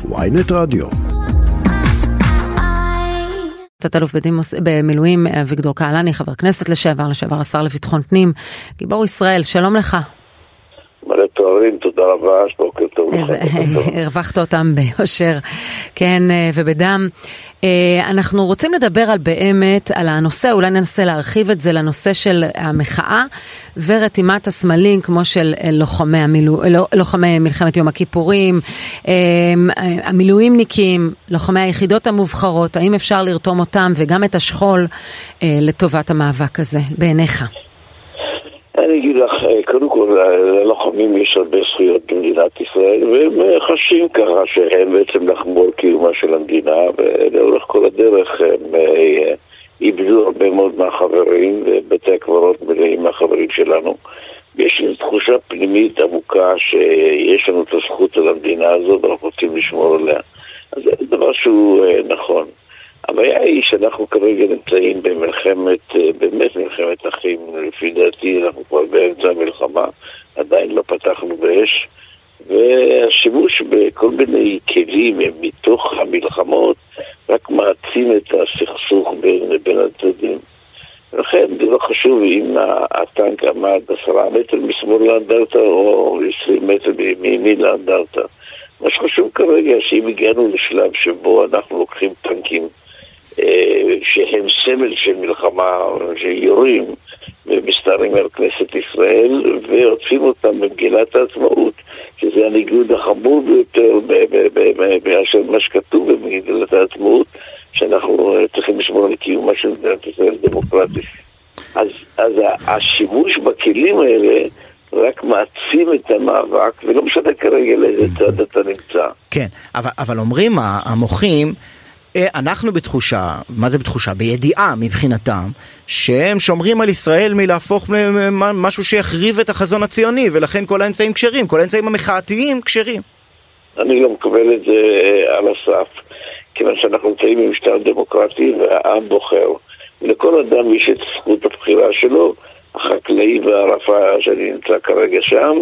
ynet רדיו. תת-אלוף בדימוס במילואים אביגדור קהלני, חבר כנסת לשעבר השר לביטחון פנים, גיבור ישראל, שלום לך. מלא תוארים, תודה רבה, בוקר טוב. הרווחת אותם ביושר, כן, ובדם. אנחנו רוצים לדבר על באמת, על הנושא, אולי ננסה להרחיב את זה לנושא של המחאה ורתימת הסמלים, כמו של לוחמי מלחמת יום הכיפורים, המילואימניקים, לוחמי היחידות המובחרות, האם אפשר לרתום אותם וגם את השכול לטובת המאבק הזה, בעיניך? אני אגיד לך, קודם כל, ללוחמים יש הרבה זכויות במדינת ישראל, והם חשים ככה שהם בעצם לחמו על קיומה של המדינה, ולאורך כל הדרך הם איבדו הרבה מאוד מהחברים, ובתי הקברות מלאים מהחברים שלנו. ויש לי תחושה פנימית עמוקה שיש לנו את הזכות על המדינה הזאת, ואנחנו רוצים לשמור עליה. אז זה דבר שהוא נכון. הבעיה היא שאנחנו כרגע נמצאים באמת מלחמת אחים. לפי דעתי אנחנו כבר באמצע המלחמה, עדיין לא פתחנו באש, והשימוש בכל מיני כלים מתוך המלחמות רק מעצים את הסכסוך בין הצדדים. ולכן זה לא חשוב אם הטנק עמד 10 מטר משמאל לאנדרטה או 20 מטר מימין לאנדרטה. מה שחשוב כרגע שאם הגענו לשלב שבו אנחנו לוקחים טנקים שהם סמל של מלחמה, שיורים ומסתערים על כנסת ישראל ועוטפים אותם במגילת העצמאות, שזה הניגוד החמור ביותר באשר מה שכתוב במגילת העצמאות, שאנחנו צריכים לשמור על קיומה של מדינת ישראל דמוקרטית. אז השימוש בכלים האלה רק מעצים את המאבק, ולא משנה כרגע לאיזה צד אתה נמצא. כן, אבל אומרים המוחים, אנחנו בתחושה, מה זה בתחושה? בידיעה מבחינתם, שהם שומרים על ישראל מלהפוך משהו שיחריב את החזון הציוני, ולכן כל האמצעים כשרים, כל האמצעים המחאתיים כשרים. אני לא מקבל את זה על הסף, כיוון שאנחנו נמצאים במשטר דמוקרטי והעם בוחר. לכל אדם יש את זכות הבחירה שלו, החקלאי והרפה שאני נמצא כרגע שם,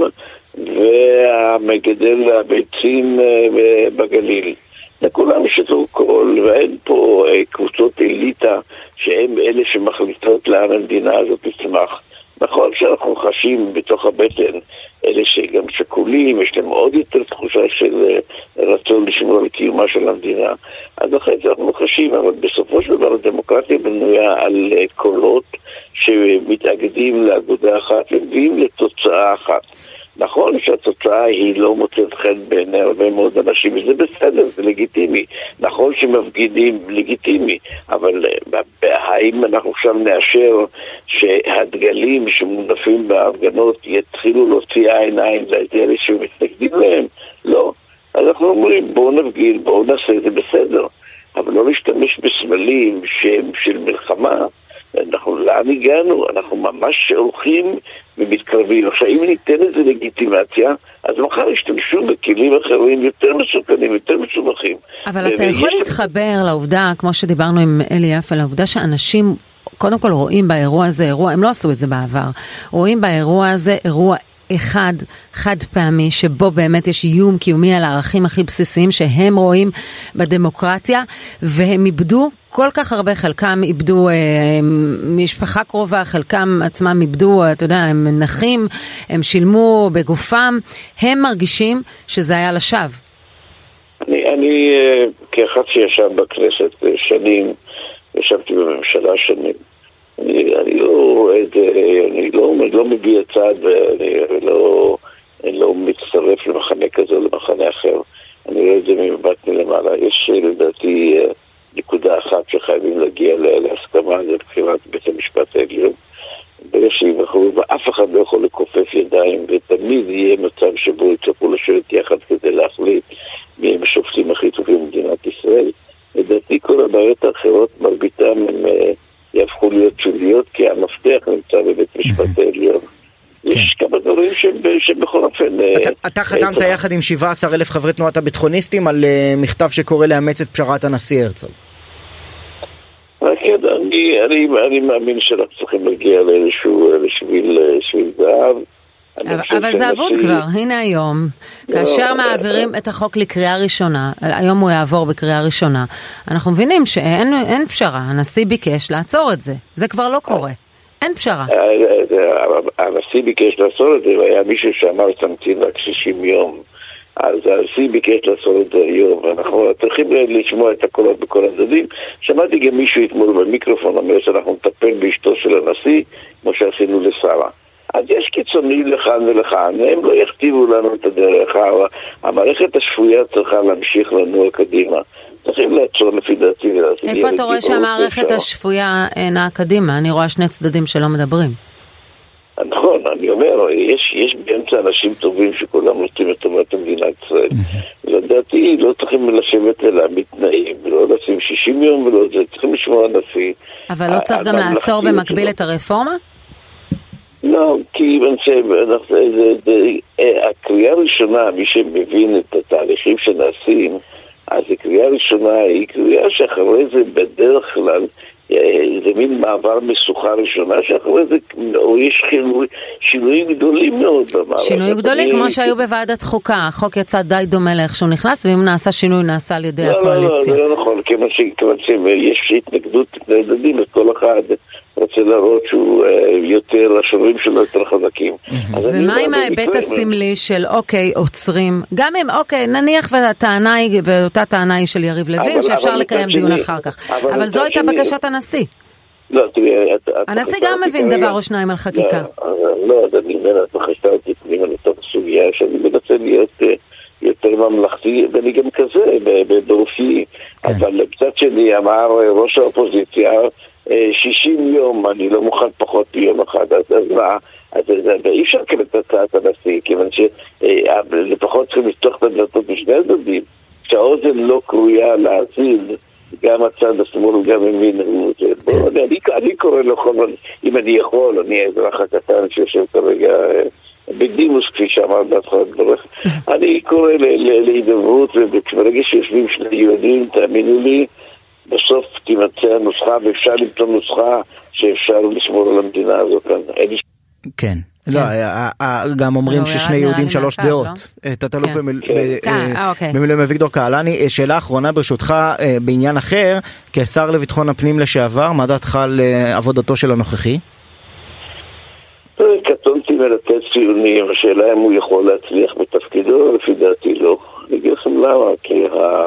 והמגדל הביצים בגליל. לכולם יש את קול, ואין פה קבוצות אליטה שהם אלה שמחליטות לאן המדינה הזאת תצמח. נכון שאנחנו חשים בתוך הבטן אלה שגם שקולים, יש להם עוד יותר תחושה של רצון לשמור על קיומה של המדינה. אז לכן אנחנו חשים, אבל בסופו של דבר הדמוקרטיה בנויה על קולות שמתאגדים לאגודה אחת ומביאים לתוצאה אחת. נכון שהתוצאה היא לא מוצאת חן בעיני הרבה מאוד אנשים, וזה בסדר, זה לגיטימי. נכון שמפגינים לגיטימי, אבל האם אנחנו עכשיו נאשר שהדגלים שמונפים בהפגנות יתחילו להוציא עין לאלה שמתנגדים להם? לא. אז אנחנו אומרים, בואו נפגין, בואו נעשה, זה בסדר. אבל לא להשתמש בסמלים שהם של מלחמה. אנחנו לאן הגענו? אנחנו ממש הולכים ומתקרבים. עכשיו, אם ניתן איזה לגיטימציה, אז מחר ישתמשו בכלים אחרים יותר מסוכנים, יותר מסובכים. אבל אתה יכול להתחבר לעובדה, כמו שדיברנו עם אלי יפה, לעובדה שאנשים קודם כל רואים באירוע הזה אירוע, הם לא עשו את זה בעבר, רואים באירוע הזה אירוע חד פעמי, שבו באמת יש איום קיומי על הערכים הכי בסיסיים שהם רואים בדמוקרטיה, והם איבדו כל כך הרבה, חלקם איבדו משפחה קרובה, חלקם עצמם איבדו, אתה יודע, הם נחים, הם שילמו בגופם, הם מרגישים שזה היה לשווא. אני כאחד שישב בכנסת שנים, ישבתי בממשלה שנים, אני לא רואה את זה, אני לא מביע צעד ואני לא מצטרף למחנה כזה או למחנה אחר. אני רואה את זה ממבט מלמעלה. יש לדעתי נקודה אחת שחייבים להגיע להסכמה, זה בחירת בית המשפט העליון. ברגע שיבחרו, ואף אחד לא יכול לקופף ידיים, ותמיד יהיה מצב שבו יצטרכו לשבת יחד כדי להחליט מי הם השופטים הכי טובים במדינת ישראל. לדעתי כל הבעיות האחרות, מרביתם הם יהפכו להיות שוליות, כי המפתח נמצא בבית משפט העליון. יש כמה דברים שבכל אופן... אתה חתמת יחד עם 17,000 חברי תנועת הביטחוניסטים על מכתב שקורא לאמץ את פשרת הנשיא הרצוג. כן, אני מאמין שאנחנו צריכים להגיע לאיזשהו שביל זהב. אבל זה עבוד כבר, הנה היום, כאשר מעבירים את החוק לקריאה ראשונה, היום הוא יעבור בקריאה ראשונה, אנחנו מבינים שאין פשרה, הנשיא ביקש לעצור את זה, זה כבר לא קורה, אין פשרה. הנשיא ביקש לעצור את זה, והיה מישהו שאמר תמתין רק 60 יום, אז הנשיא ביקש לעצור את זה היום, ואנחנו צריכים לשמוע את הקולות בכל הצדדים. שמעתי גם מישהו אתמול במיקרופון אומר שאנחנו נטפל באשתו של הנשיא, כמו שעשינו לשרה. אז יש קיצוני לכאן ולכאן, הם לא יכתיבו לנו את הדרך, המערכת השפויה צריכה להמשיך לנוע קדימה. צריכים לעצור לפי דעתי. איפה אתה רואה שהמערכת השפויה נעה קדימה? אני רואה שני צדדים שלא מדברים. נכון, אני אומר, יש באמצע אנשים טובים שכולם רוצים את טובת מדינת ישראל. לדעתי לא צריכים לשבת ולהעמיד תנאים, ולא לשים 60 יום ולא זה, צריכים לשמוע נשיא. אבל לא צריך גם לעצור במקביל את הרפורמה? לא, כי הקריאה הראשונה, מי שמבין את התהליכים שנעשים, אז הקריאה הראשונה היא קריאה שאחרי זה בדרך כלל זה מין מעבר משוכה ראשונה, שאחרי זה יש שינויים גדולים מאוד במערכת. שינויים גדולים כמו שהיו בוועדת חוקה, החוק יצא די דומה לאיך שהוא נכנס, ואם נעשה שינוי נעשה על ידי הקואליציה. לא נכון, כיוון שיש התנגדות התנגדים, אז כל אחד רוצה להראות שהוא יותר, השורים שלו יותר חזקים. ומה עם ההיבט הסמלי של אוקיי, עוצרים, גם אם אוקיי, נניח ואותה טענה היא של יריב לוין, שאפשר לקיים דיון אחר כך. אבל זו הייתה בקשת הנשיא. לא, תראי, הנשיא גם מבין דבר או שניים על חקיקה. לא, אז אני אומר, את מחשתה אותי פנים על אותה סוגיה, שאני מנסה להיות יותר ממלכתי, ואני גם כזה, באופי, אבל קצת שלי אמר ראש האופוזיציה, 60 יום, אני לא מוכן פחות ביום אחד, אז מה? אז אי אפשר כאלה את הצעת הנשיא, כיוון שלפחות צריכים לפתוח את הדלתות משני הצדדים, שהאוזן לא קרויה להאזין, גם הצד השמאל וגם ימין. אני קורא לו, אם אני יכול, אני האזרח הקטן שיושב כרגע בדימוס, כפי שאמר בהתחלת דברך, אני קורא להידברות, וברגע שיושבים שני יהודים, תאמינו לי, בסוף תימצא הנוסחה, ואפשר למצוא נוסחה שאפשר לשמור על המדינה הזאת כאן. כן. לא, גם אומרים ששני יהודים שלוש דעות. תת-אלוף במילואים אביגדור קהלני. שאלה אחרונה ברשותך בעניין אחר, כשר לביטחון הפנים לשעבר, מה דעתך על עבודתו של הנוכחי? קטונתי מלתת ציונים, השאלה אם הוא יכול להצליח בתפקידו, לפי דעתי לא. אני אגיד לכם למה, כי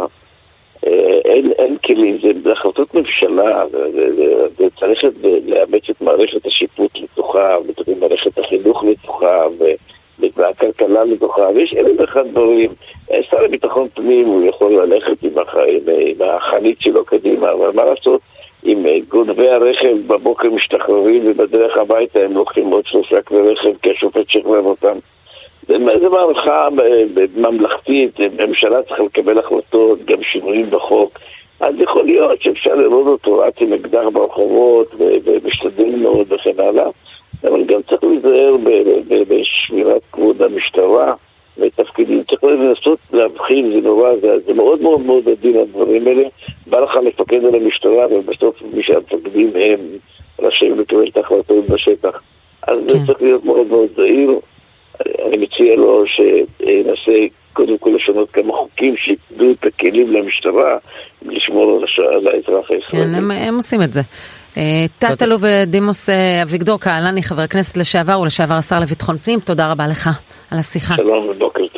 אין כלים, זה החלטות ממשלה, זה צריך לאמץ את מערכת השיפוט לתוכה, ומערכת החינוך לתוכה, והכלכלה לתוכה, ויש אלף אחד דברים. שר לביטחון פנים הוא יכול ללכת עם החנית שלו קדימה, אבל מה לעשות, אם גונבי הרכב בבוקר משתחררים ובדרך הביתה הם לוקחים עוד 3 כלי רכב כי השופט שחרר אותם. זה מערכה ממלכתית, ממשלה צריכה לקבל החלטות, גם שינויים בחוק. אז יכול להיות שאפשר לראות אותו רק עם אקדח ברחובות ומשתדל מאוד וכן הלאה, אבל גם צריך להיזהר בשמירת כבוד המשטרה ותפקידים. צריך לנסות להבחין, זה נורא, זה מאוד מאוד מאוד עדין הדברים האלה. בא לך לפקד על המשטרה, ובסוף מי שהמפקדים הם רשאים לקבל את ההחלטות בשטח. אז זה צריך להיות מאוד מאוד זהיר. אני מציע לו שננסה קודם כל לשנות כמה חוקים שיתנו את הכלים למשטרה לשמור על האזרח הישראלי. כן, הם עושים את זה. תת-אלוף בדימוס אביגדור קהלני, חבר הכנסת לשעבר ולשעבר השר לביטחון פנים, תודה רבה לך על השיחה. שלום ובוקר טוב.